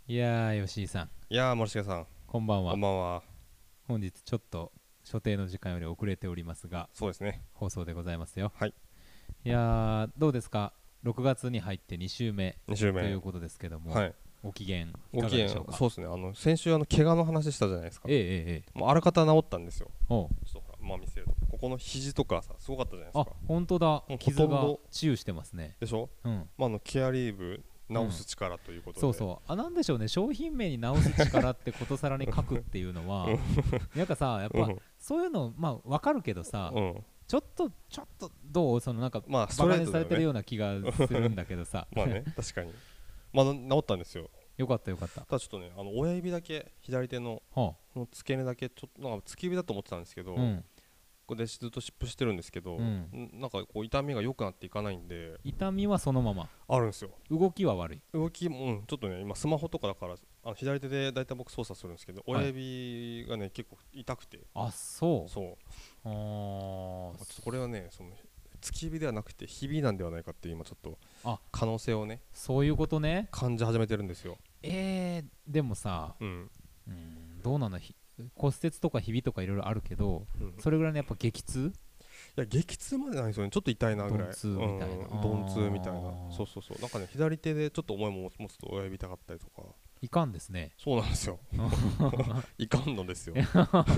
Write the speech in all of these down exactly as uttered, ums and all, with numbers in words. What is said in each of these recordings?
いやー、吉井さん、 いやー、森重さん、 こんばんは。 こんばんは。 本日ちょっと所定の時間より遅れておりますが、 そうですね。 放送でございますよ。 はい。 いやー、どうですか？ろくがつに入ってに週目に週目。 ということですけども、 はい。 ご機嫌いご機嫌、 かがでしょうか？ そうですね。あの、先週、あの、怪我の話したじゃないですか。 ええええええ。 もうあらかた治ったんですよ。 おう。 ちょっとほら、まあ見せると。ここの肘とかさ、すごかったじゃないですあ、 か。 ほんとだ。 もうほ傷がとんど治癒してますね。 でしょ。 うんまあ、あの、ケアリーブ、治す力ということで。 そうそう。あ、なんでしょうね。商品名に直す力ってことさらに書くっていうのは、なんかさ、やっぱうん。 そういうの、まあわかるけどさ、 うん。 ちょっとちょっとどうそのなんかまあ、スバトカにされてるレートだよね。 ような気がするんだけどさまあね、確かに。まあ、治ったんですよ。 よかったよかった。 ただちょっとね、あの、親指だけ、左手の、 はこの付け根だけ、ちょっと、なんか、突き指だと思ってたんですけど、 あ、うんこれでずっと湿布してるんですけど、 うん、 んなんかこう痛みが良くなっていかないんで、 痛みはそのまま、 あるんですよ。 動きは悪い。 動きも、うん、ちょっとね、今スマホとかだから、あの左手で大体僕操作するんですけど、 はい親指がね、結構痛くて、 あ、そうそう、 あーちょっとこれはね、その突き指ではなくて、ひびなんではないかっていう、今ちょっとあ、 可能性をね、 そういうことね。 感じ始めてるんですよ。 えー、でもさ、 うん。 うん、どうなの？ひ骨折とかひびとかいろいろあるけど、 うん、いそれぐらいのやっぱ激痛や、激痛までないんですよね、ちょっと痛いなぐらい。 鈍痛みたいな、 うん、鈍痛みたいな。 あーそうそうそう。なんかね、左手でちょっと重いもの持つと親指痛かったりとか。 いかんですね。 そうなんですよ。いかんのですよ。い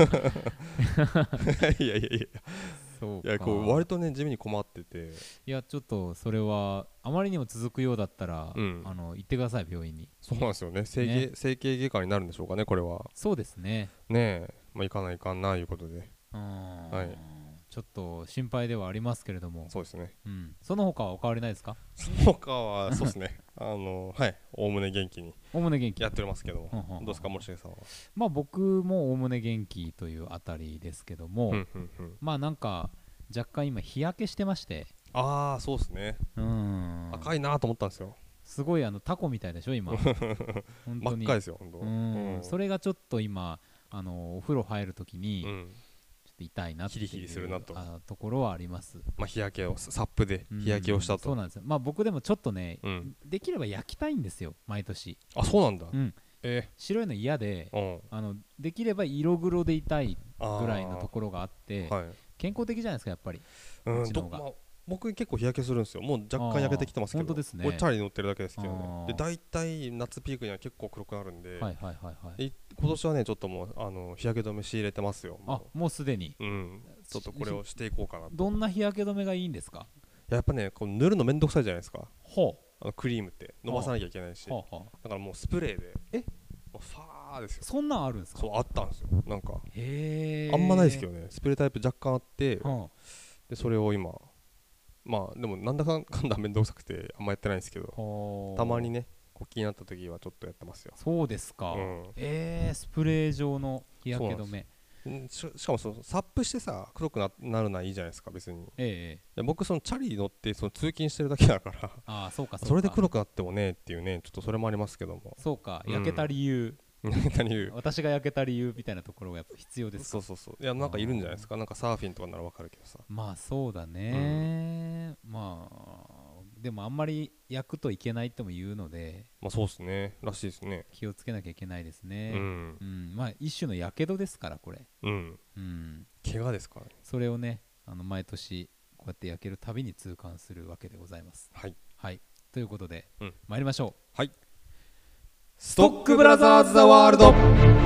やいやいや。 そうか。 いや、こう割とね、地味に困ってて。 いやちょっとそれはあまりにも続くようだったら、 うん、 あの行ってください病院に。 そうなんですよね。整形、 ね、 整形外科になるんでしょうかね、これは。 そうですね。 ねえ、まあ、行かないかんないうことで。 うーん、 はい。 ちょっと心配ではありますけれども、 そうですね。 うん、その他はお変わりないですか？ その他は、そうですね。あの、はい、おおむね元気におおむね元気。 やっておりますけども。 うんうんうん、 どうですか、森重さんは。 まあ僕もおおむね元気というあたりですけども、 うんうんうん。 まあなんか若干今日焼けしてまして、 ああ、そうですね。 うーん、 赤いなと思ったんですよ。 すごいあのタコみたいでしょ今。本当に。 真っ赤ですよ、本当。 うーん、 うん。 それがちょっと今あのお風呂入るときに、 うん。 ちょっと痛いなっていうヒリヒリするなと。 あところはあります。 まあ、日焼けを、サップで日焼けをしたと。 そうなんですよ。まあ僕でもちょっとね、 うん。 できれば焼きたいんですよ毎年。 あ、そうなんだ。 うん、 え白いの嫌で、 ー、うん。 あのできれば色黒でいたいあぐらいのところがあってはい。 健康的じゃないですかやっぱり。 うん、 うちの方がどまあ、僕結構日焼けするんですよ。もう若干焼けてきてますけど。 本当ですね。 これチャリ乗ってるだけですけどね。 あーで、大体夏ピークには結構黒くなるんで、 はいはいはいはい。 で今年はね、ちょっともうあの日焼け止め仕入れてますよ。 あ、もうすでに。 う、うん。ちょっとこれをしていこうかなと。 どんな日焼け止めがいいんですか？ やっぱね、こう塗るのめんどくさいじゃないですか。 ほあのクリームって伸ばさなきゃいけないし。 う。はあはあ、 だからもうスプレーで。 えもうファーですよ。 そんなんあるんですか？ そう、あったんですよ。なんか。 へえ。 あんまないですけどね。スプレータイプ若干あって、 はで、それを今、まあ、でもなんだかんだめんどくさくてあんまやってないんですけど、 あ、はあ、 たまにね、こう気になった時はちょっとやってますよ。 そうですか。 うん。 えー、スプレー状の日焼け止め。 んししかもそのサップしてさ黒く な, なるのはいいじゃないですか別に。 ええ、 で僕そのチャリ乗ってその通勤してるだけだからああそうかそうか。 それで黒くなってもねっていうねちょっとそれもありますけども。 そうか、 うん焼けた理由。 何言う。 私が焼けた理由みたいなところがやっぱ必要ですか？ そうそうそう。いやなんかいるんじゃないですか。なんかサーフィンとかならわかるけどさ。 まあそうだね、まあでもあんまり焼くといけないとも言うので、 まあそうですねらしいですね。 気をつけなきゃいけないですね。 うん、 うん、まあ一種のやけどですからこれ。 うん、 うん、 怪我ですからね。 それをねあの毎年こうやって焼けるたびに痛感するわけでございます。 はい、 はい、ということで、 うん、 参りましょう。 はい。 ストックブラザーズ・ザ・ワールド。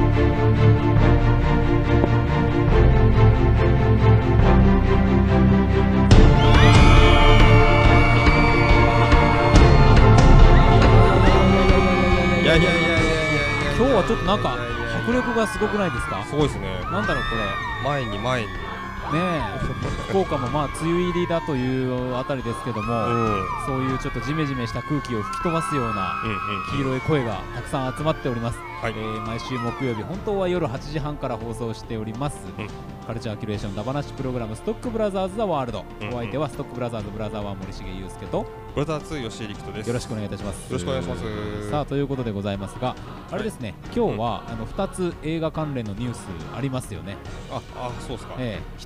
いやいやいやいやいやいや。 今日はちょっとなんかいやいやいや迫力がすごくないですか？ すごいですね。 なんだろうこれ。 前に前に。 ねえ福岡もまあ梅雨入りだというあたりですけども、 うんそういうちょっとジメジメした空気を吹き飛ばすようなうんうん。 黄色い声がたくさん集まっております。 はいえー毎週木曜日本当は夜はちじはんから放送しております、 うんカルチャーキュレーションダバなしプログラムストックブラザーズ・ザ・ワールド、 うんうんお相手はストックブラザーズブラザーは森重裕介とブラザーツー吉井陸斗です。 よろしくお願いいたします。 よろしくお願いします。 さあということでございますが、あれですね、今日は、あのふたつ映画関連のニュースありますよね。 あ、あ、そうですか。 えー、ひと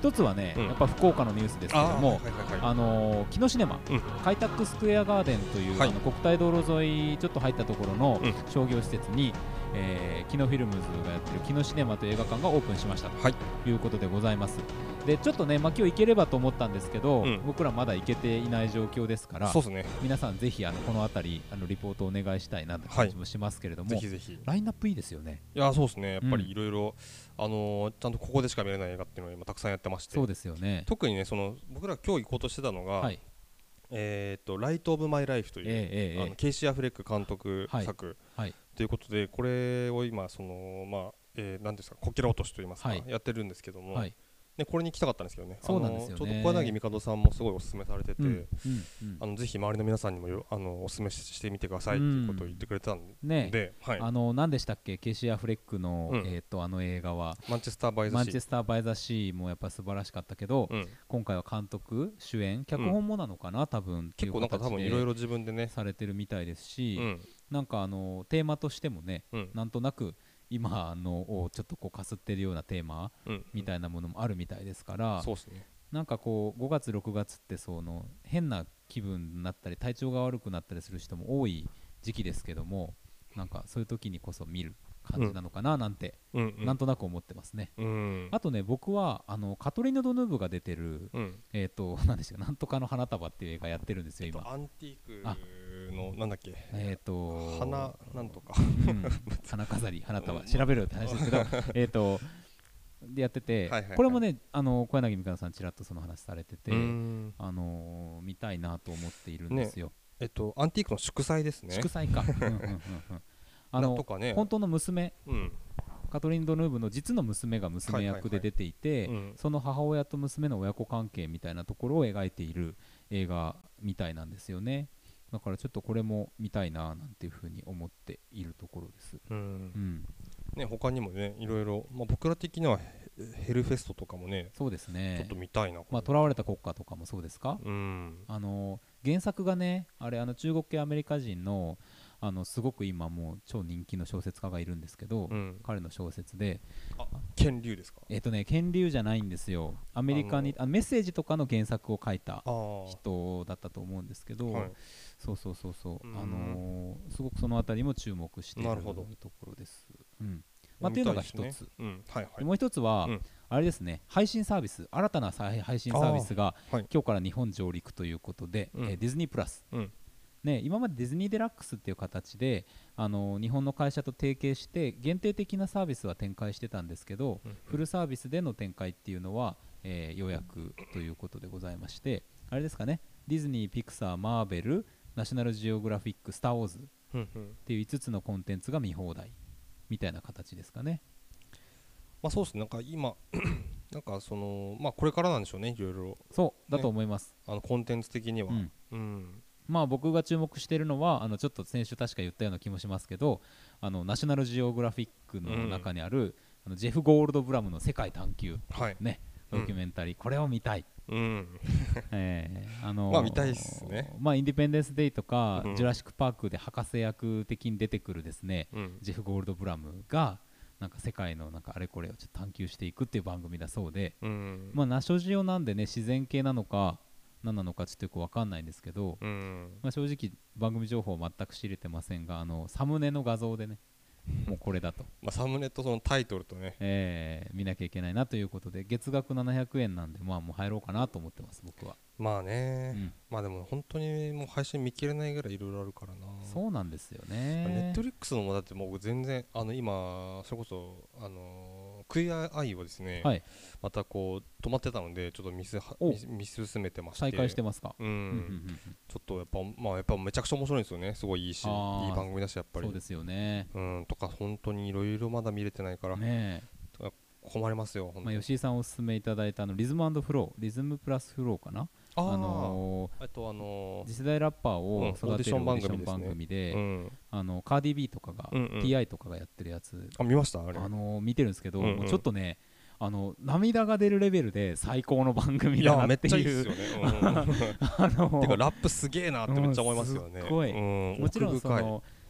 一つはね、 うんやっぱ福岡のニュースですけども、 あーはいはいはいあのー、木のシネマ、 うん開拓スクエアガーデンという、 はいあの国体道路沿いちょっと入ったところのうん商業施設に、えー、木のフィルムズがやってる木のシネマという映画館がオープンしましたはいということでございます。でちょっとね、まあ、今日行ければと思ったんですけど、 うん僕らまだ行けていない状況ですから、 そうですね。 皆さんぜひあのこの辺りあのリポートお願いしたいなという感じもしますけれども、 ぜひぜひ。 ラインナップいいですよね。 いやそうですね。やっぱうんりいろいろあのーちゃんとここでしか見れない映画っていうのを今たくさんやってまして、 そうですよね。 特にねその僕ら今日行こうとしてたのが、 はい、 えっとライトオブマイライフという、 ええええあのケイシー・アフレック監督作はいということで、これを今そのまあ、えー、なんですかこけら落としと言いますか、 はいやってるんですけども、 はいでこれに来たかったんですけどね。 そうなんですよねあのちょうど小柳帝さんもすごいお勧めされてて、 うんうんうんあのぜひ周りの皆さんにもよあのお勧めししてみてくださいということを言ってくれたんで、 ねはい、 あの何でしたっけ、ケイシー・アフレックの、 うんえー、とあの映画はマンチェスター・バイ・ザ・マンシー、 チェスター・バイ・ザ・シーもやっぱ素晴らしかったけど、 うん、 今回は監督主演脚本もなのかな、多分結構なんか多分いろいろろ自分でね、 されてるみたいですし、 うんなんかあのテーマとしてもね、 うんなんとなく今のをちょっとこうかすってるようなテーマうん、 みたいなものもあるみたいですから、 そうですね。 なんかこうごがつろくがつってその変な気分になったり体調が悪くなったりする人も多い時期ですけども、なんかそういう時にこそ見る感じなのかななんて、 うんうん、 なんとなく思ってますね。 うんあとね、僕はあのカトリーヌ・ドヌーブが出てる、 うん、 えーとなんでしょう、なんとかの花束っていう映画やってるんですよ今。 アンティークのなんだっけ、 えーと花なんとか、 うん花飾り花束調べるって話ですけどえーとでやってて、 はいはいはいこれもね、あの小柳美香さんちらっとその話されてて、 うんあのー見たいなと思っているんですよ。 えっとアンティークの祝祭ですね。 祝祭か。うんうんうんうんあのなんとかね、 本当の娘、 うんカトリーヌ・ドヌーブの実の娘が娘役で出ていて、 うんその母親と娘の親子関係みたいなところを描いている映画みたいなんですよね。だからちょっとこれも見たいななんていうふうに思っているところです。 うんうんね、他にもねいろいろ、まあ、僕ら的にはヘヘルフェストとかもねそうですね。 ちょっと見たいな。 まあ、囚われた国家とかもそうですか。 うんあの原作がね、あれあの中国系アメリカ人のあのすごく今もう超人気の小説家がいるんですけど、 うん、 彼の小説で、 剣竜ですか。 えっ、とね、剣竜じゃないんですよ。アメリカにあのメッセージとかの原作を書いたあー人だったと思うんですけど、 はいそうそうそうそう、 うんあのーすごくそのあたりも注目しているなるほどところです。うんまあ、っていうのが一つ、 見たいですね。うんはいはい、 もう一つは、 うんあれですね、配信サービス、新たな再配信サービスが、 はい今日から日本上陸ということで、 うんえーディズニープラス、 うんね、今までディズニーデラックスっていう形で、あのー日本の会社と提携して限定的なサービスは展開してたんですけど、 うんフルサービスでの展開っていうのは、えー、予約ということでございまして、あれですかね、ディズニー、ピクサー、マーベル、ナショナルジオグラフィック、スター・ウォーズっうんうんていういつつのコンテンツが見放題みたいな形ですかね。 まあそうですね。なんか今なんかそのまあこれからなんでしょうね。いろいろそうだと思います。 あのコンテンツ的には、 うんうんまあ、僕が注目しているのはあのちょっと先週確か言ったような気もしますけど、あのナショナルジオグラフィックの中にある、あのジェフ・ゴールドブラムの世界探求、 はい、 ね、ドキュメンタリー、これを見たい。 うんえーあのーまあ見たいっすね。 まあ、インディペンデンス・デイとか、 うんジュラシック・パークで博士役的に出てくるですね、 うんジェフ・ゴールドブラムがなんか世界のなんかあれこれをちょっと探求していくっていう番組だそうで、 うんまあ、ナショジオなんでね、自然系なのか何なのかちょっとよく分かんないんですけど、 うんまあ、正直番組情報全く知れてませんが、あのサムネの画像でねもうこれだと、 まあ、サムネとそのタイトルとね、 えー見なきゃいけないなということで、月額ななひゃくえんなんで、まあもう入ろうかなと思ってます僕は。 まあね、 うんまあでも本当にもう配信見切れないぐらいいろいろあるからな。 そうなんですよネッね。 トフリックスのもだってもう全然あの今それこそあのクイアアイをですね、 はい、 またこう止まってたのでちょっと見せはお見見進めてまして、 再開してますか。 うん、 うんうんうんちょっとやっぱまあやっぱめちゃくちゃ面白いんですよね。すごいいいし、いいあー番組だしやっぱりそうですよね。 うんとか本当にいろいろまだ見れてないからね困りますよ本当え、まあ、吉井さんおすすめいただいたあのリズム&フロー、リズムプラスフローかな、 あーあのあとあのー次世代ラッパーうんを育てるオーディション番組で、 オーディション番組ですねうんあのカーディー B とかが、 うんうんティーアイ とかがやってるやつ、 あ見ましたあれあのー見てるんですけど、 うんうんもうちょっとね、あの涙が出るレベルで最高の番組いだやめっちゃいいなっていう。 っすよね、うん、 あのーてかラップすげえなってめっちゃ思いますよね。 うんすっごいうん、 もちろん奥深いその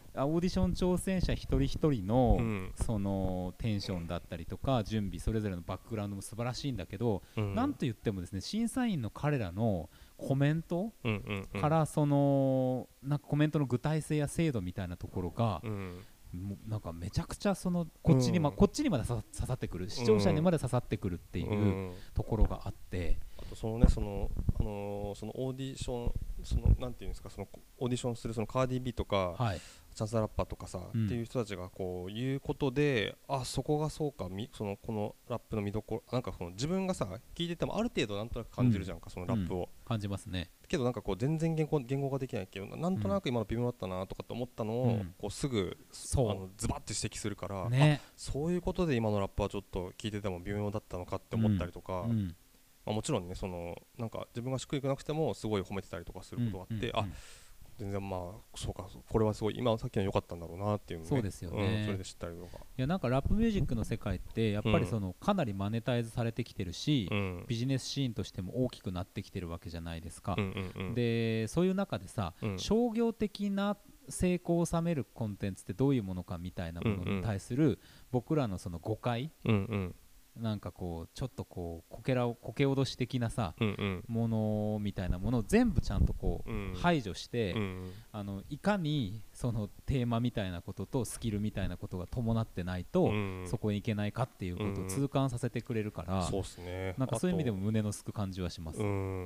あオーディション挑戦者一人一人の、 うん、 そのテンションだったりとか準備それぞれのバックグラウンドも素晴らしいんだけど、 うん、 なんと言ってもですね審査員の彼らのコメントうんうんうん、 からそのなんかコメントの具体性や精度みたいなところが、 うん、 もうなんかめちゃくちゃそのこっちに、ま、 うんこっちにまで刺さってくる視聴者にまで刺さってくるっていうところがあって、 あとそのねそのあのー、そのオーディションそのなんていうんですかそのオーディションするそのカーディービーとか、 はい、 チャンスラッパーとかさ、 うん、 っていう人たちがこう言うことであそこがそうかみそのこのラップの見どころなんかその自分がさ聞いててもある程度なんとなく感じるじゃんか、うん、そのラップを、うん、 感じますねけどなんかこう全然言語言語ができないけどなんとなく今の微妙だったなとかって思ったのを、うん、こうすぐあのズバッて指摘するから、ね、そういうことで今のラップはちょっと聞いてても微妙だったのかって思ったりとか、うんうんまあ、もちろんねそのなんか自分がしっくりくなくてもすごい褒めてたりとかすることがあって、うんうんうん、あ全然まあそうかこれはすごい今さっきの良かったんだろうなっていうのねそうですよね、 うん、それで知ったりとかいやなんかラップミュージックの世界ってやっぱりそのかなりマネタイズされてきてるし、うん、ビジネスシーンとしても大きくなってきてるわけじゃないですか、うんうんうん、でそういう中でさ、うん、商業的な成功を収めるコンテンツってどういうものかみたいなものに対する僕らのその誤解、うんうんなんかこうちょっとこうこけらこけ脅し的なさ、うんうん、ものみたいなものを全部ちゃんとこう、うん、排除して、うん、あのいかにそのテーマみたいなこととスキルみたいなことが伴ってないと、うん、そこに行けないかっていうことを痛感させてくれるから、うん、そうですね、なんかそういう意味でも胸のすく感じはします。 うん、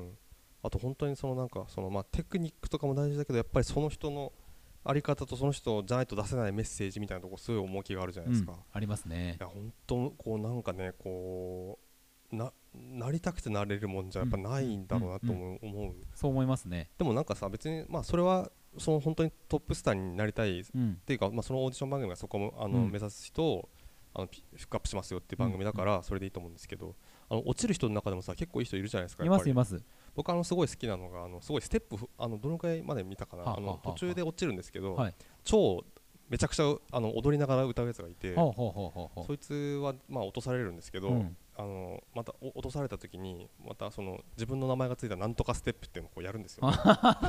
あと本当にそのなんかそのまあテクニックとかも大事だけどやっぱりその人のあり方とその人じゃないと出せないメッセージみたいなところすごい重きがあるじゃないですか、うん、 ありますね。 いや本当こうなんかねこう な, なりたくてなれるもんじゃやっぱないんだろうなと思う、うんうんうん、 そう思いますね。 でもなんかさ別にまあそれはその本当にトップスターになりたい、うん、っていうか、まあ、そのオーディション番組がそこもあの、うん、目指す人をあのピックアップしますよっていう番組だからそれでいいと思うんですけど、あの落ちる人の中でもさ結構いい人いるじゃないですか。 いますいます。 僕あのすごい好きなのがあのすごいステップあのどのくらいまで見たかな、はあの途中で落ちるんですけど、はい、超めちゃくちゃあの踊りながら歌うやつがいて、はあはあはあ、そいつはまあ落とされるんですけど、うん、あのまた落とされた時にまたその自分の名前がついたなんとかステップっていうのをこうやるんですよ、ね、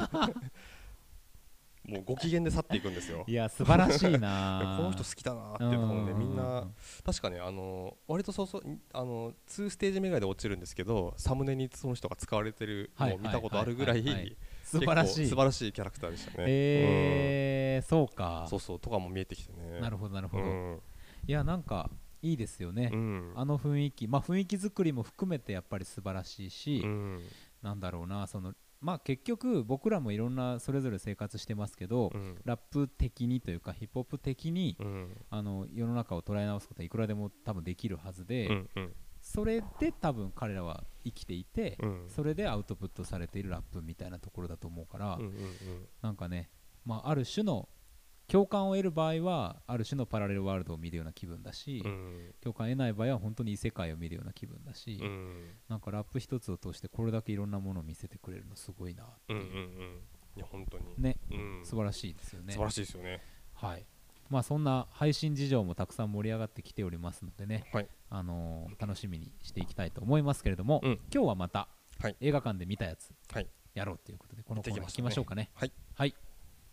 もうご機嫌で去っていくんですよ。 いや素晴らしいなこの人好きだなっていうのをねみんな確かねあの割とそうそうあのにステージ目ぐらいで落ちるんですけどサムネにその人が使われてるのを見たことあるぐらい素晴らしい素晴らしいキャラクターでしたね。 えー、うん、そうかそうそうとかも見えてきてね。 なるほどなるほど、うん、いやなんかいいですよね、うん、あの雰囲気まあ雰囲気作りも含めてやっぱり素晴らしいし、うん、なんだろうなそのまあ結局僕らもいろんなそれぞれ生活してますけど、うん、ラップ的にというかヒップホップ的に、うん、あの世の中を捉え直すことはいくらでも多分できるはずで、うんうん、それで多分彼らは生きていて、うん、それでアウトプットされているラップみたいなところだと思うから、うんうんうん、なんかね、まあ、ある種の共感を得る場合はある種のパラレルワールドを見るような気分だし、うん、共感を得ない場合は本当に異世界を見るような気分だし、うん、なんかラップ一つを通してこれだけいろんなものを見せてくれるのすごいなっていう、うんうんうん、 いや本当にね、うん、素晴らしいですよね。 素晴らしいですよね。 はい、まあそんな配信事情もたくさん盛り上がってきておりますのでね、はい、あのー、楽しみにしていきたいと思いますけれども、うん、今日はまた、はい、映画館で見たやつやろうということでこのコーナー行きましょうかね。はい、はい、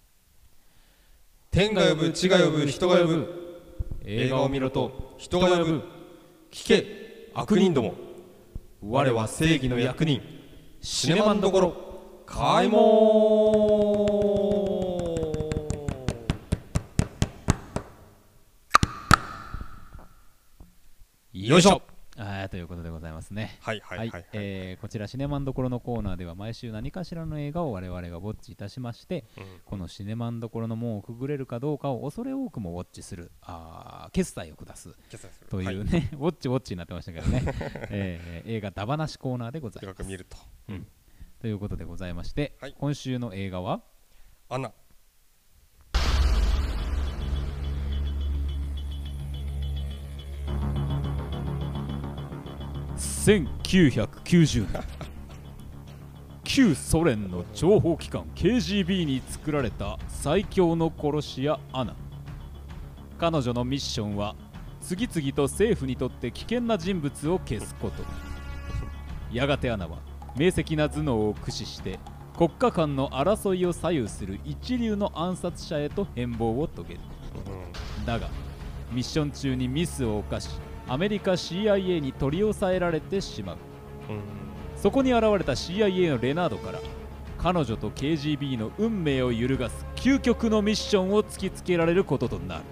天が呼ぶ地が呼ぶ人が呼ぶ映画を見ろと人が呼ぶ聞け悪人ども我は正義の役人シネマンどころ開門。よいしょ。 あということでございますね。 はいはいはい、はい、 えー、こちらシネマンどころのコーナーでは毎週何かしらの映画を我々がウォッチいたしまして、うん、このシネマンどころの門をくぐれるかどうかを恐れ多くもウォッチするあ決済を下すというね、はい、ウォッチウォッチになってましたけどね、えー、映画だばなしコーナーでございます。 見ると、 うん、ということでございまして、はい、今週の映画はアナ。 せんきゅうひゃくきゅうじゅうねん旧ソ連の諜報機関 ケージービー に作られた最強の殺し屋アナ。彼女のミッションは次々と政府にとって危険な人物を消すこと。やがてアナは明晰な頭脳を駆使して国家間の争いを左右する一流の暗殺者へと変貌を遂げる、うん、だがミッション中にミスを犯しアメリカ シーアイエー に取り押さえられてしまう、うん、そこに現れた シーアイエー のレナードから彼女と ケージービー の運命を揺るがす究極のミッションを突きつけられることとなる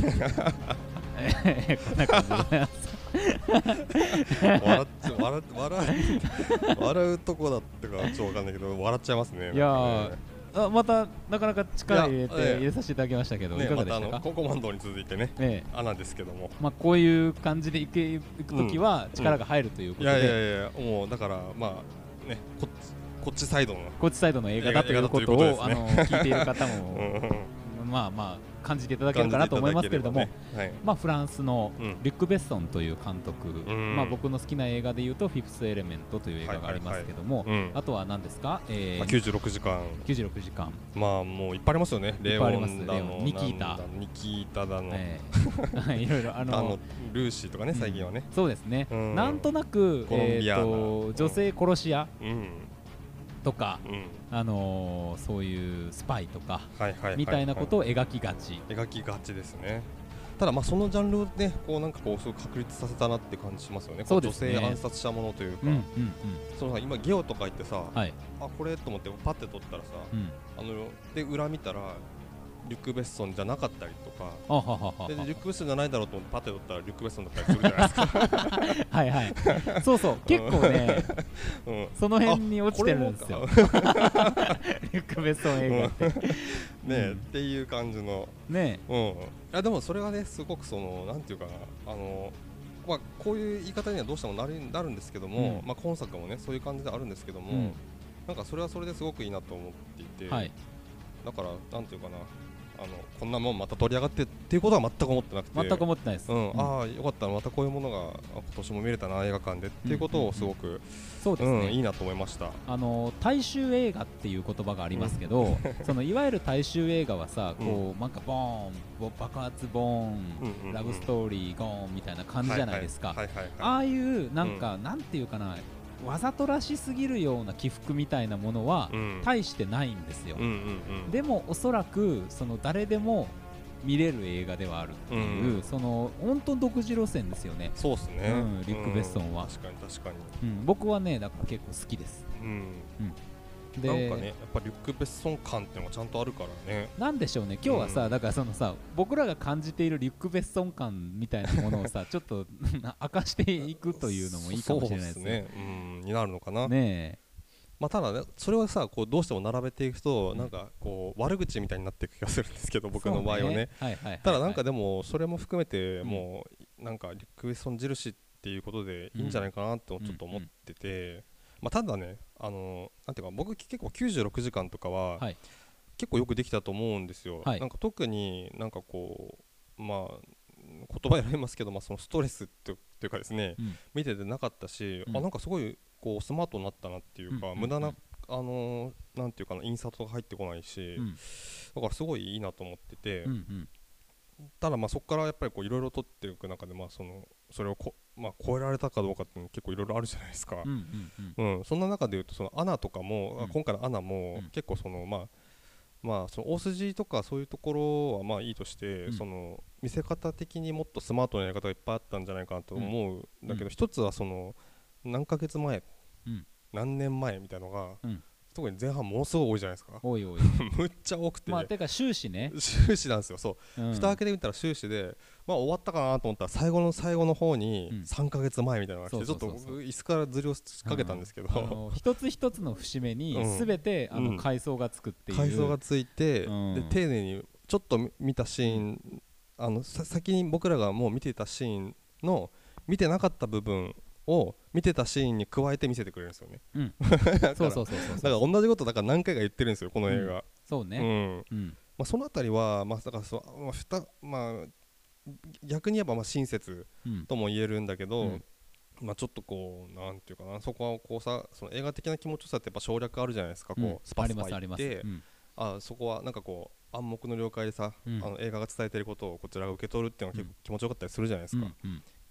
こんな感じでございます笑っちゃ笑笑笑うとこだってかちょっとわかんないけど笑っちゃいますね。 いやー、ね、あまたなかなか力入れて入れさせていただきましたけど、ね、いかがでしたか。 またあのココマンドに続いてね、ねアナですけども、 まあこういう感じでいくいくときは力が入るということで、 うんうん、いやいやいやもうだからまあねこっちこっちサイドのこっちサイドの映画だということを、ね、あの聞いている方もまあまあ感じていただけるかなと思いますけれども、ねはい、まあフランスのリュック・ベッソンという監督、うん、まあ僕の好きな映画でいうとフィフス・エレメントという映画がありますけども、あとは何ですか、えーまあ、きゅうじゅうろくじかんきゅうじゅうろくじかんまあもういっぱいありますよね。レオンだのニキータニキータだの、 えー、いろいろあのあのルーシーとかね最近はね、 うん、そうですね、うん、なんとなく、えー、と女性殺し屋、うんとか、うん、あのー、そういうスパイとかみたいなことを描きがち描きがちですね。ただまあそのジャンルをねこうなんかこうすごく確立させたなって感じしますよね。そうですね、女性暗殺者ものというか、うんうんうん、そのさ今ゲオとか言ってさ、はい、あこれと思ってパッて撮ったらさ、うん、あので裏見たらリュック・ベッソンじゃなかったりとかははははでリュック・ベッソンじゃないだろうと思ってパッて撮ったらリュック・ベッソンだったりするじゃないですかはいはいそうそう結構ね、うん、その辺に落ちてるんですよリュック・ベッソン映画ってねえ、うん、っていう感じのねえ、うん、いやでもそれがねすごくそのなんていうかなあのまあこういう言い方にはどうしてもなる、なるんですけども、うん、まあ今作もねそういう感じであるんですけども、うん、なんかそれはそれですごくいいなと思っていて、はい、だからなんていうかなあのこんなもんまた取り上がってっていうことは全く思ってなくて全く思ってないです、 うんうん、ああよかったまたこういうものが今年も見れたな映画館でっていうことをすごく、うんうんうん、そうですね、うん、いいなと思いました。 あの大衆映画っていう言葉がありますけど、うん、そのいわゆる大衆映画はさこうなんかボーン爆発ボーン、うんうんうん、ラブストーリーゴーンみたいな感じじゃないですか。ああいうなんか、うん、なんていうかなわざとらしすぎるような起伏みたいなものは大してないんですよ、うんうんうんうん、でもおそらくその誰でも見れる映画ではあるっていう、うん、その本当独自路線ですよね。 そうですね、 うん、リュック・ベッソンは、うん、 確かに確かに、 うん、僕はねだから結構好きです、うんうんでなんかねやっぱリュック・ベッソン感っていうのがちゃんとあるからね。 なんでしょうね今日はさ、うん、だからそのさ僕らが感じているリュック・ベッソン感みたいなものをさちょっと明かしていくというのもいいかもしれないですね。そうですね、 うんになるのかな。ねえまあ、ただねそれはさこうどうしても並べていくと、うん、なんかこう悪口みたいになっていく気がするんですけど僕の場合はね、ただなんかでもそれも含めてもうなんかリュック・ベッソン印っていうことでいいんじゃないかなってちょっと思ってて、うんうんうんまあ、ただねあのなんていうか僕結構きゅうじゅうろくじかんとかは、はい、結構よくできたと思うんですよ、はい、なんか特になんかこうまあ言葉選びますけど、まあ、そのストレスっていうかですね、うん、見ててなかったし、うん、あなんかすごいこうスマートになったなっていうか、うん、無駄な、あのー、なんていうかなインサートが入ってこないし、うん、だからすごいいいなと思ってて、うんうん、ただまあそこからやっぱりいろいろ撮っていく中でまあそのそれをこ、まあ、超えられたかどうかっていうの結構いろいろあるじゃないですか、うんうんうんうん、そんな中でいうとそのアナとかも、うん、今回のアナも結構そのまあまあその大筋とかそういうところはまあいいとして、うん、その見せ方的にもっとスマートなやり方がいっぱいあったんじゃないかなと思うんだけど、うん、一つはその何ヶ月前、うん、何年前みたいなのが、うん、特に前半ものすごい多いじゃないですか。 多い多いむっちゃ多くて、 まあてか終始ね終始なんですよ。そう、うん、蓋開けてみたら終始でまあ終わったかなと思ったら最後の最後の方にさんかげつまえみたいなのが来て、ちょっと僕椅子からずりをしかけたんですけど、 うん、一つ一つの節目に全て、うん、あの階層がつくっていう、 階層がついて、うん、で丁寧にちょっと見たシーン、あの先に僕らがもう見ていたシーンの見てなかった部分を見てたシーンに加えて見せてくれるんですよね、うん、だから同じことだから何回か言ってるんですよこの映画、うん、 そうね、 うんうんまあ、そのあたりは、まあ、だからそ、まあふたまあ、逆に言えばまあ親切とも言えるんだけど、うんまあ、ちょっとこうなんていうかなそこはこうさその映画的な気持ちよさってやっぱ省略あるじゃないですか、うん、こうスパスパ言って、うん、あそこはなんかこう暗黙の了解でさ、うん、あの映画が伝えてることをこちらが受け取るっていうのが結構気持ちよかったりするじゃないですか、うんうん、っ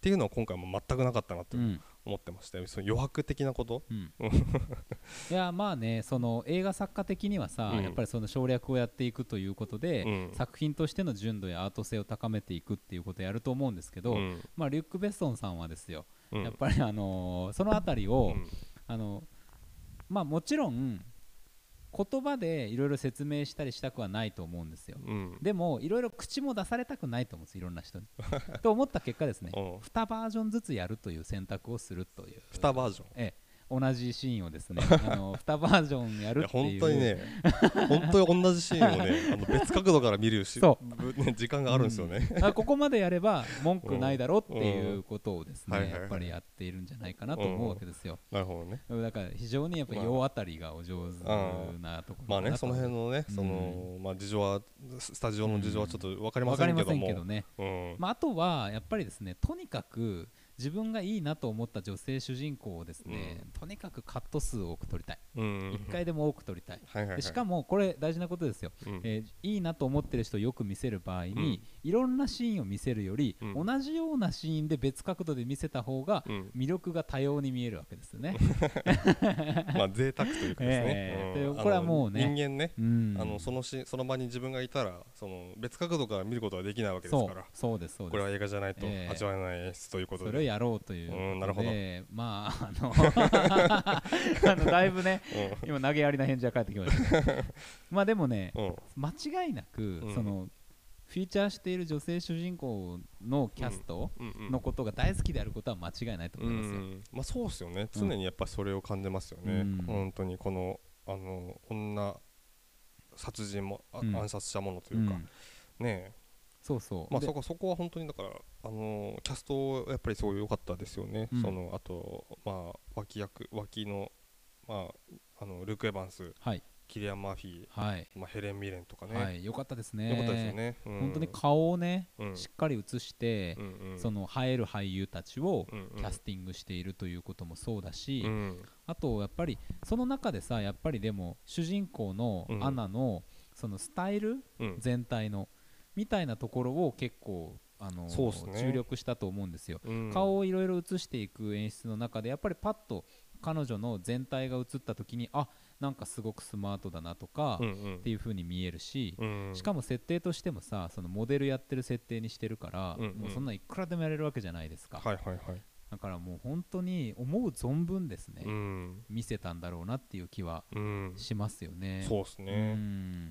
っていうのは今回も全くなかったなと思ってまして、うん、その余白的なこと、うん、 いやまあねその映画作家的にはさ、うん、やっぱりその省略をやっていくということで、うん、作品としての純度やアート性を高めていくっていうことをやると思うんですけど、うん、まあリュック・ベッソンさんはですよ、うん、やっぱりあのー、そのあたりを、うん、あのまあもちろん言葉でいろいろ説明したりしたくはないと思うんですよ、うん、でもいろいろ口も出されたくないと思うんですいろんな人にと思った結果ですねにバージョンずつやるという選択をするというにバージョン、 ええ同じシーンをですねあのにバージョンやるっていういや本当にね本当に同じシーンをねあの別角度から見るしそう、ね、時間があるんですよね、 うん、ここまでやれば文句ないだろっていうことをですね、うん、やっぱりやっているんじゃないかなと思うわけですよ、 うん、なるほどね。 だから非常にやっぱ世当たりがお上手なところまあねその辺のね、うん、そのまあ事情はスタジオの事情はちょっと分かりませんけども、うん、分かりませんけどね、 うんまあ、あとはやっぱりですねとにかく自分がいいなと思った女性主人公をですね、うん、とにかくカット数を多く撮りたい、うん、いっかいでも多く撮りたい、はいはいはい、しかもこれ大事なことですよ、うんえー、いいなと思ってる人をよく見せる場合に、うん、いろんなシーンを見せるより、うん、同じようなシーンで別角度で見せた方が魅力が多様に見えるわけですよね、 まあ贅沢というかですね、えーうん、これはもうね人間ね、うん、あの そのしその場に自分がいたらその別角度から見ることはできないわけですから、 そうですそうです、 これは映画じゃないと味わえない演出ということで、 それをやろうということで、 うん、なるほど、 まああのあのだいぶね、うん、今投げやりな返事が返ってきましたねまあでもね、うん、間違いなく、うん、そのフィーチャーしている女性主人公のキャストのことが大好きであることは間違いないと思いますよ、うんうん、 まあそうですよね、常にやっぱりそれを感じますよね、うん、本当にこのあの女殺人も、うん、暗殺したものというか、うん、ねえそうそうまあそこそこは本当にだからあのー、キャストやっぱりすごい良かったですよね、うん、そのあとまあ脇役脇のまああのルーク・エヴァンス、はい、キリアン・マーフィー、はいまあ、ヘレン・ミレンとかね、 はい、よかったですねよかったですよね、うん、 本当に顔をね、うん、しっかり映して、うんうん、その映える俳優たちをキャスティングしているということもそうだし、うん、あとやっぱりその中でさやっぱりでも主人公のアナのそのスタイル、うん、全体のみたいなところを結構あの、ね、注力したと思うんですよ、うん、顔をいろいろ映していく演出の中でやっぱりパッと彼女の全体が映った時にあなんかすごくスマートだなとか、うんうん、っていう風に見えるし、うんうん、しかも設定としてもさそのモデルやってる設定にしてるから、うんうん、もうそんないくらでもやれるわけじゃないですか、はいはいはい、だからもう本当に思う存分ですね、うん、見せたんだろうなっていう気はしますよね、 うん、そうですね、うん、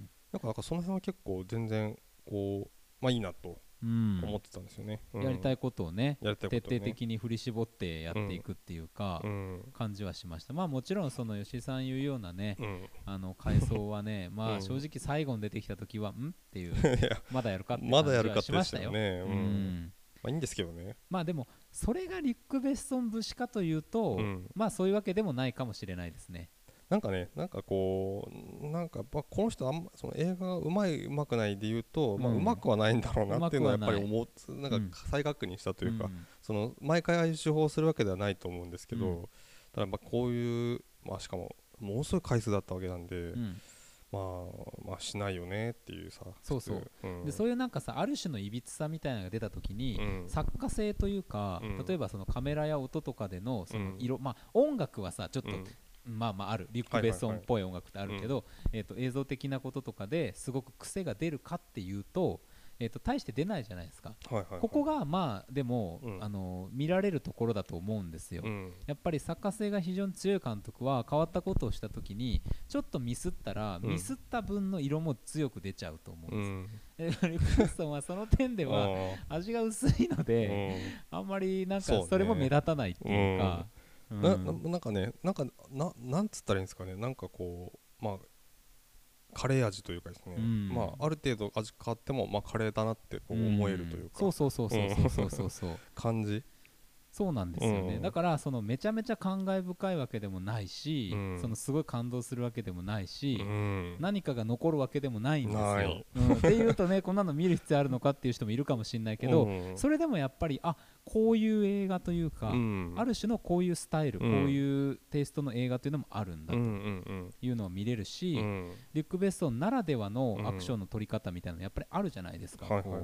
なんかなんかその辺は結構全然こうまあいいなと思ってたんですよね、 うん、やりたいことをね、ね徹底的に振り絞ってやっていくっていうか、うん、感じはしました。まあもちろんその吉井さん言うようなね、うん、あの回想はねまあ正直最後に出てきた時はんっていうまだやるかって感じはしましたよ。まだやるかってね、うんまあいいんですけどね。 まあでもそれがリュック・ベッソン節かというと、まあそういうわけでもないかもしれないですね。 なんかね、なんかこう、なんかこの人あんまその映画がうまいうまくないで言うと、うん、まあうまくはないんだろうなっていうのはやっぱり思う、なんか再確認したというか、うん、その毎回ああいう手法をするわけではないと思うんですけど、うん、ただまあこういうまあしかもものすごい回数だったわけなんで、うん、まあまあしないよねっていうさ、 そうそう、うん、でそういうなんかさある種のいびつさみたいなのが出た時に、うん、作家性というか、うん、例えばそのカメラや音とかでのその色、まあ音楽はさちょっと、まあまああるリュック・ベッソンっぽい音楽ってあるけど、えーと映像的なこととかですごく癖が出るかっていうと、えーと大して出ないじゃないですか、はいはいはい、ここがまあでも、うん、あの見られるところだと思うんですよ、うん、やっぱり作家性が非常に強い監督は変わったことをした時にちょっとミスったら、うん、ミスった分の色も強く出ちゃうと思うんです、うん、リュック・ベッソンはその点では味が薄いので、あんまりなんかそれも目立たないっていうか、 うん、な, な, なんかねなんかななんつったらいいんですかね、なんかこうまあカレー味というかですね、うん、まあある程度味変わってもまあカレーだなってこう思えるというか、 うん、そうそうそうそうそうそうそう感じ。 そうなんですよね、うん、だからそのめちゃめちゃ感慨深いわけでもないし、うん、そのすごい感動するわけでもないし、うん、何かが残るわけでもないんですよ、うん、っていうとねこんなの見る必要あるのかっていう人もいるかもしれないけど、うん、それでもやっぱりあこういう映画というか、うん、ある種のこういうスタイル、うん、こういうテイストの映画というのもあるんだというのを見れるし、リュック・ベッソンならではのアクションの撮り方みたいなのやっぱりあるじゃないですか、こう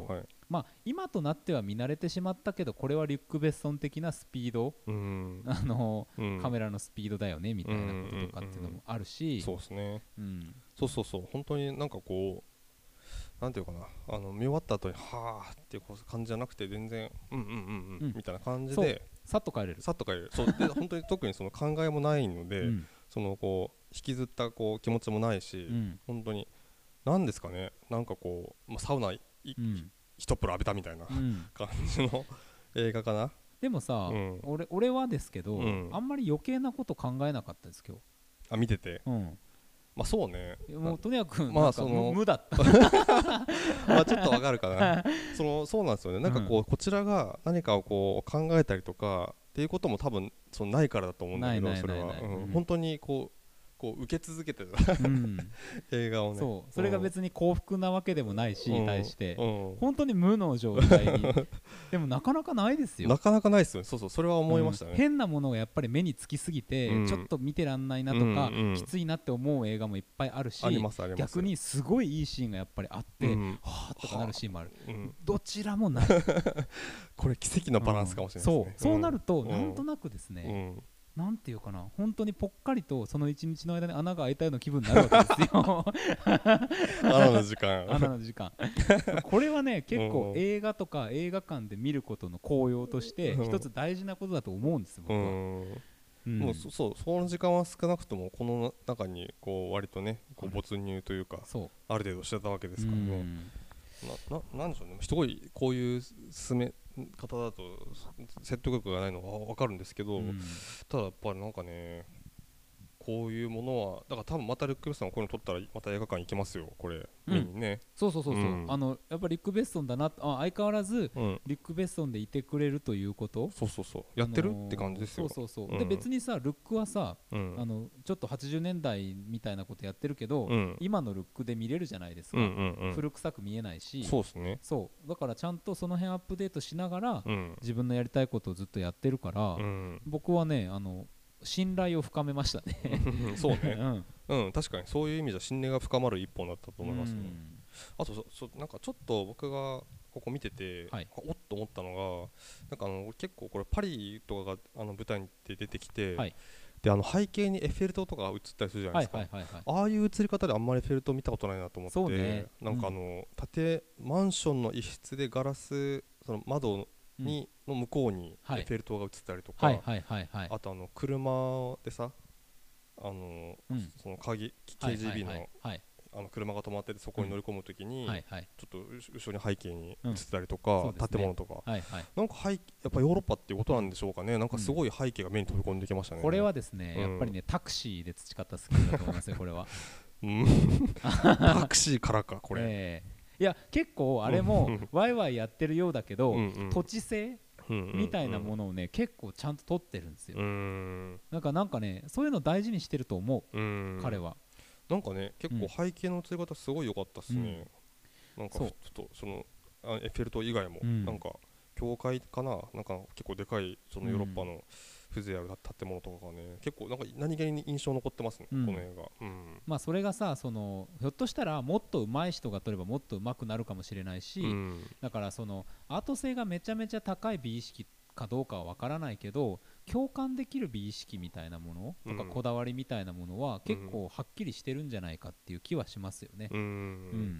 まあ今となっては見慣れてしまったけどこれはリュック・ベッソン的なスピード、うん、あの、うん、カメラのスピードだよねみたいなこととかっていうのもあるし、 そうですね、うん、そうそうそう本当になんかこうなんていうかなあの見終わった後にはーっていう感じじゃなくて全然うんうんうんうん、うん、みたいな感じでさっと帰れるさっと帰れるそうで本当に特にその考えもないので、うん、そのこう引きずったこう気持ちもないし、うん、本当に何ですかねなんかこう、まあ、サウナい、うん、一風呂浴びたみたいな、うん、感じの映画かな。 でもさ、うん、俺, 俺はですけど、うん、あんまり余計なこと考えなかったです今日。 あ見てて、うんまあそうねもうとにかくまあその無だったまあちょっとわかるかなそのそうなんですよねなんかこう、うん、こちらが何かをこう考えたりとかっていうことも多分そのないからだと思うんだけどそれは本当にこうこう受け続けてた、うん、映画をねそうそれが別に幸福なわけでもないし、うん、対して、うん、本当に無の状態にでもなかなかないですよなかなかないですよねそうそうそれは思いましたね、 うん、変なものがやっぱり目につきすぎて、うん、ちょっと見てらんないなとか、うんうん、きついなって思う映画もいっぱいあるし、ありますあります逆にすごいいいシーンがやっぱりあって、うん、はぁとかなるシーンもある、うん、どちらもないこれ奇跡のバランスかもしれないですね、 そう、そうなるとなんとなくですね、なんていうかな本当にぽっかりとその一日の間に穴が開いたような気分になるわけですよ穴の時間穴の時間これはね結構映画とか映画館で見ることの効用として一つ大事なことだと思うんです僕は。 うん、もうそそうその時間は少なくともこの中にこう割とねこう没入というかある程度してたわけですからね。なななんでしょうねすごいこういう進め方だと説得力がないのは分かるんですけど、うん、ただやっぱりなんかねこういうものはだから多分またリュック・ベッソンこういうの撮ったらまた映画館行きますよこれ、うん、見にねそうそうそうそう、うん、あのやっぱりリュック・ベッソンだなあ相変わらず、うん、リュック・ベッソンでいてくれるということそうそうそうやってる、あのー、って感じですよそうそうそう、うん、で別にさルックはさ、うん、あのちょっとはちじゅうねんだいみたいなことやってるけど、うん、今のルックで見れるじゃないですか、うんうんうん、古臭く見えないしそうですねそうだからちゃんとその辺アップデートしながら、うん、自分のやりたいことをずっとやってるから、うん、僕はねあの信頼を深めましたねそうね、うん、うん、確かにそういう意味じゃ信頼が深まる一本だったと思いますね、うん、あとそそなんかちょっと僕がここ見てて、はい、おっと思ったのがなんかあの結構これパリとかがあの舞台に出てきて、はい、であの背景にエッフェル塔とか映ったりするじゃないですか、はいはいはいはい、ああいう映り方であんまりエッフェル塔見たことないなと思って、ね、なんかあの、うん、建マンションの一室でガラスその窓に、うん、の向こうにエッフェル塔が映ったりとか、はいはいはいはい、あとあの車でさあの、うん、その鍵 ケージービー の、はいはいはい、あの車が止まっててそこに乗り込むときに、うんはいはい、ちょっと後ろに背景に映ってたりとか、うんね、建物とか、はいはい、なんか背やっぱヨーロッパっていうことなんでしょうかね、なんかすごい背景が目に飛び込んできましたね、 これはですね、うん、やっぱりねタクシーで培ったスキルだと思いますよこれはタクシーからかこれ、えー、いや結構あれもワイワイやってるようだけど、うんうん、土地性みたいなものをね結構ちゃんと取ってるんですよ。なんかなんかねそういうの大事にしてると思う、う彼は。 なんかね結構背景の映り方すごい良かったっすね、うん、なんかちょっとそのエッフェル塔以外も、うん、なんか教会かななんか結構でかいそのヨーロッパの風情ある建物とかがね結構なんか何気に印象残ってますね、うん、この映画、うん、 まあそれがさそのひょっとしたらもっと上手い人が撮ればもっと上手くなるかもしれないし、うん、だからそのアート性がめちゃめちゃ高い美意識かどうかは分からないけど共感できる美意識みたいなものとかこだわりみたいなものは結構はっきりしてるんじゃないかっていう気はしますよね、うんうん、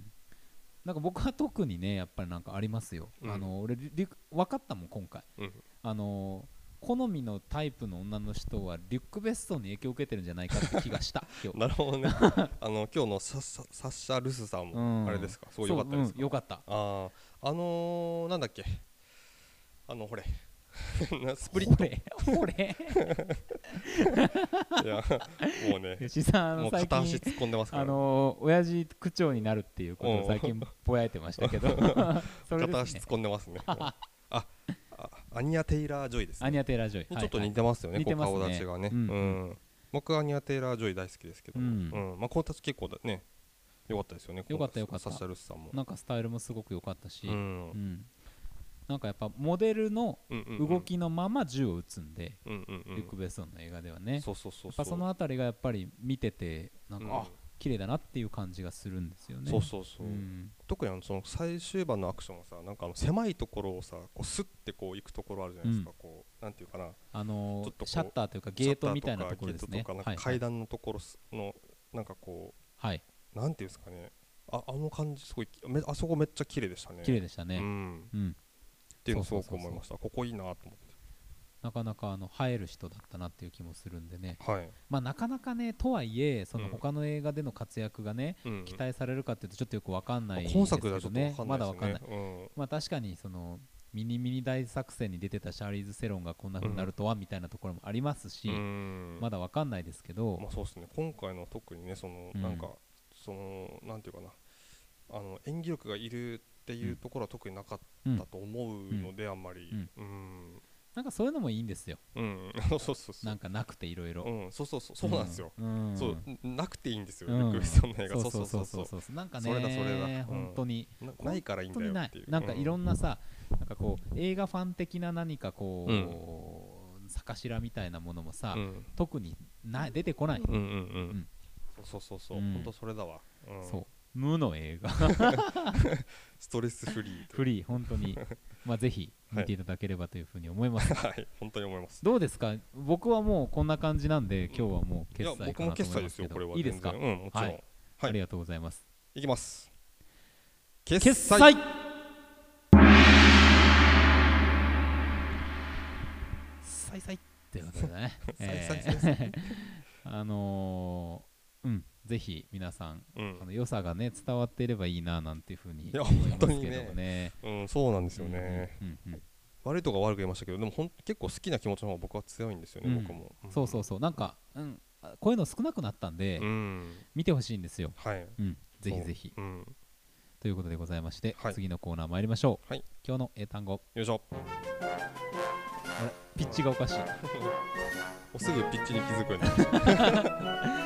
なんか僕は特にねやっぱりなんかありますよ、うん、あの俺分かったもん今回、うん、あの好みのタイプの女の人はリュック・ベッソンに影響を受けてるんじゃないかって気がした今日なるほどねあの今日のサッササッシャ・ルスさんもあれですか、うん、すごい良かったですか、 うん、良かった。 あーあのー、なんだっけあのほれスプリットほれいやもうね吉さんもう片足突っ込んでますから、 あのー、親父区長になるっていうことを最近ぼやいてましたけどそれです、ね、片足突っ込んでますねああアニア・テイラー・ジョイですね。 アニア・テイラー・ジョイちょっと似てますよね、はいはい、こう顔立ちがね、うんうん、僕はアニア・テイラー・ジョイ大好きですけど、うんうん、まあ顔立ち結構だね良かったですよね。 良かった良かった。 サッシャ・ルスさんもなんかスタイルもすごく良かったし、うんうん、なんかやっぱモデルの動きのまま銃を撃つんで、うんうんうん、リュック・ベッソンの映画ではね、そうそうそうそう、やっぱそのあたりがやっぱり見ててなんか、うん、あ綺麗だなっていう感じがするんですよね。 そうそうそう、うん、特にあのその最終盤のアクションがさ、なんかあの狭いところをさこうスッてこう行くところあるじゃないですか、うん、こうなんていうかな、 あのー、ちょっとシャッターというかゲートみたいなところですね。 ゲートとかなんか階段のところのなんかこう、はい、なんていうんですかね、ああの感じすごいめあそこめっちゃ綺麗でしたね。 綺麗でしたね。うん、 うん、っていうのすごく思いました。ここいいなと思って。 なかなかあの映える人だったなっていう気もするんでね、 はい、 まあ、なかなかねとはいえその他の映画での活躍がね、うん、期待されるかっていうとちょっとよく分かんないですけどね、 今作ではちょっと分かんないですね、 まだ分かんない、 うん、 まあ、確かにそのミニミニ大作戦に出てたシャーリーズ・セロンがこんな風になるとはみたいなところもありますし、うん、まだ分かんないですけど、 まあ、そうですね、今回の特にねその、うん、なんかそのなんていうかな、あの演技力がいるっていうところは特になかったと思うので、うん、あんまり、うん、うんなんかそういうのもいいんですよ。 うん、そうそうそう。 なんかなくていろいろ。 うん、そうそうそう、そうなんですよ。 うん、 そう、なくていいんですよ。ルック・ベッソンの映画、そうそうそうそう。 なんかね、 それだそれだ。 本当にないからいいんだよっていう。 なんかいろんなさ、なんかこう映画ファン的な何かこう坂頭みたいなものもさ、特にな出てこない。 うんうんうん。そうそうそう、本当それだわ。 そう。無の映画ストレスフリーフリー本当にまあぜひ見ていただければというふうに思いますはい、はい、本当に思います。 どうですか、僕はもうこんな感じなんで今日はもう決済かなと思いますけど、いいですか、 うん、もちろん、はい、 ありがとうございます。 いきます。 決済さいさいってことでねあのー、うんぜひ皆さん、うん、あの良さがね伝わっていればいいななんていうふうに思いますけどね。 ね、うん、そうなんですよね。うんうんうん、悪いとこ悪く言いましたけど、でもほん結構好きな気持ちの方が僕は強いんですよね、うん、僕も、 うん。そうそうそうなんか、うん、こういうの少なくなったんで、うん、見てほしいんですよ。 はい。 うん、ぜひぜひ、うん。ということでございまして、 はい、 次のコーナー参りましょう。 はい、 今日の英単語。 よいしょ。 あれピッチがおかしい。 おすぐピッチに気づくね。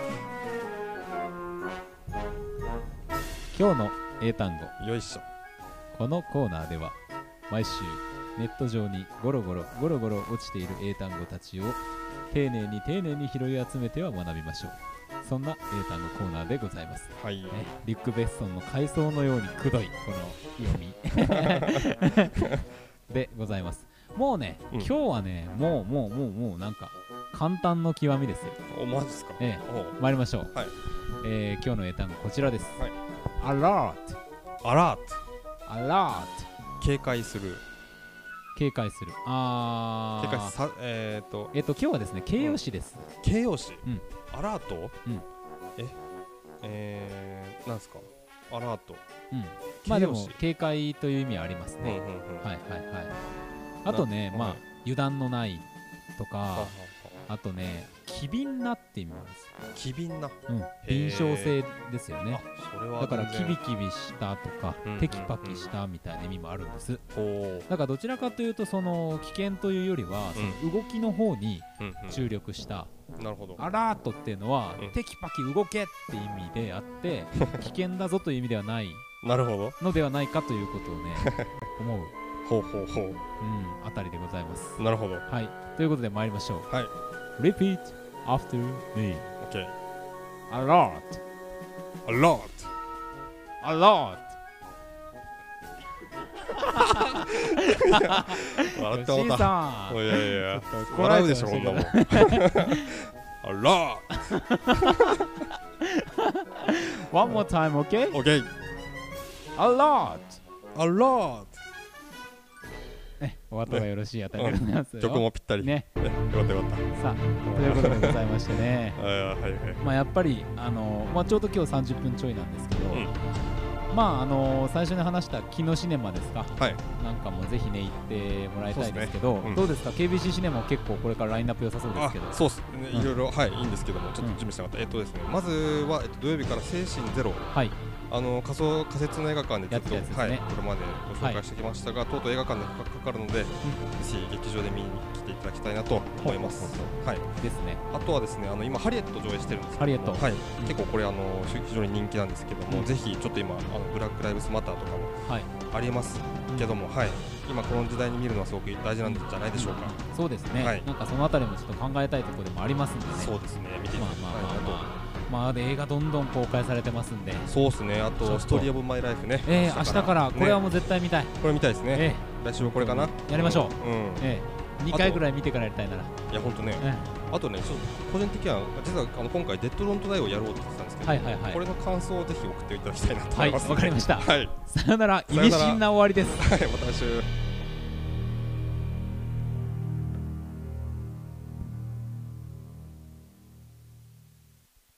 今日の英単語。 よいしょ。 このコーナーでは毎週ネット上にゴロゴロゴロゴロ落ちている英単語たちを丁寧に丁寧に拾い集めては学びましょう。そんな英単語コーナーでございます。 はい。 ね、リュック・ベッソンの回想のようにくどいこの読みでございます。もうね、うん、今日はねもうもうもうもうなんか簡単の極みですよ。 おマジですか。 ええ、参りましょう。 はい。 えー、今日の英単語こちらです。 はい。 アラート。 アラート。 アラート。 警戒する。 警戒する。あー。警戒さえっ、ー、と。 えっ、ー、と今日はですね形容詞です。 うん、形容詞。 うん。 アラート。 うん。 ええー、なんですか。アラート。 うん。まあでも警戒という意味はありますね。 うんうんうん、 はいはいはい。あとねまあ油断のないとか。はははあとね、機敏なって意味なんですよ。 機敏な、 うん、敏捷性ですよね。 それはだからキビキビしたとか、うんうんうん、テキパキしたみたいな意味もあるんです。だからどちらかというとその危険というよりは、うん、その動きの方に注力した、 うんうん、なるほど。 アラートっていうのは、うん、テキパキ動けって意味であって危険だぞという意味ではないなるほどのではないかということをね思うほうほうほう、うん、 あたりでございます。 なるほど。 はい、ということで参りましょう。 はい。 Repeat after me. Okay. Alert. Alert. Alert. 笑ってもた。いやいや。笑うでしょこんなもん。Alert. One more time, okay? Okay. Alert. Alert. ね、お後がよろしいあたりでございますよ。 曲もぴったり。 ね。 よかったよかった。 さあ、ということでございましてね。 はいはいはい。 まあやっぱりあのまあちょうど今日さんじゅっぷんちょいなんですけど、うん、まああの最初に話したキノシネマですか。 はい。 なんかもぜひね行ってもらいたいですけど、ねうん、どうですか ケービーシー シネマ結構これからラインナップ良さそうですけど。 そうですね。いろいろ、うん、はいいいんですけどもちょっと準備したかった。うん、えっとですねまずはえっと土曜日から精神ゼロ。 はい。 あの仮想仮設の映画館でずっと、 ね、 はい、これまでご紹介してきましたが、はい、とうとう映画館でかかるので、うん、ぜひ劇場で見に来ていただきたいなと思います。はい。 ですね。 あとはですね、あの今ハリエット上映してるんですけど、 ハリエット、 はい、うん、結構これあの非常に人気なんですけども、うん、ぜひちょっと今あのブラックライブスマターとかもありますけども、はい、はい、今この時代に見るのはすごく大事なんじゃないでしょうか。 うん、そうですね。はい、なんかそのあたりもちょっと考えたいところでもありますんでね。 そうですね。見ていただきたいなと。 まあ映画どんどん公開されてますんで。 そうですね。あとストーリーオブマイライフね。 ええ、明日からこれはもう絶対見たい。 これ見たいですね。来週はこれかな。 やりましょう。うん。ええ、にかいぐらい見てからやりたいなら。 いや本当ね。あとね、ちょっと個人的には実はあの今回デッドドントダイをやろうって言ってたんですけど、はいはいはい、これの感想をぜひ送っていただきたいなと思います。 はい、わかりました。はい。さよなら。意味深な終わりです。 はい、また来週。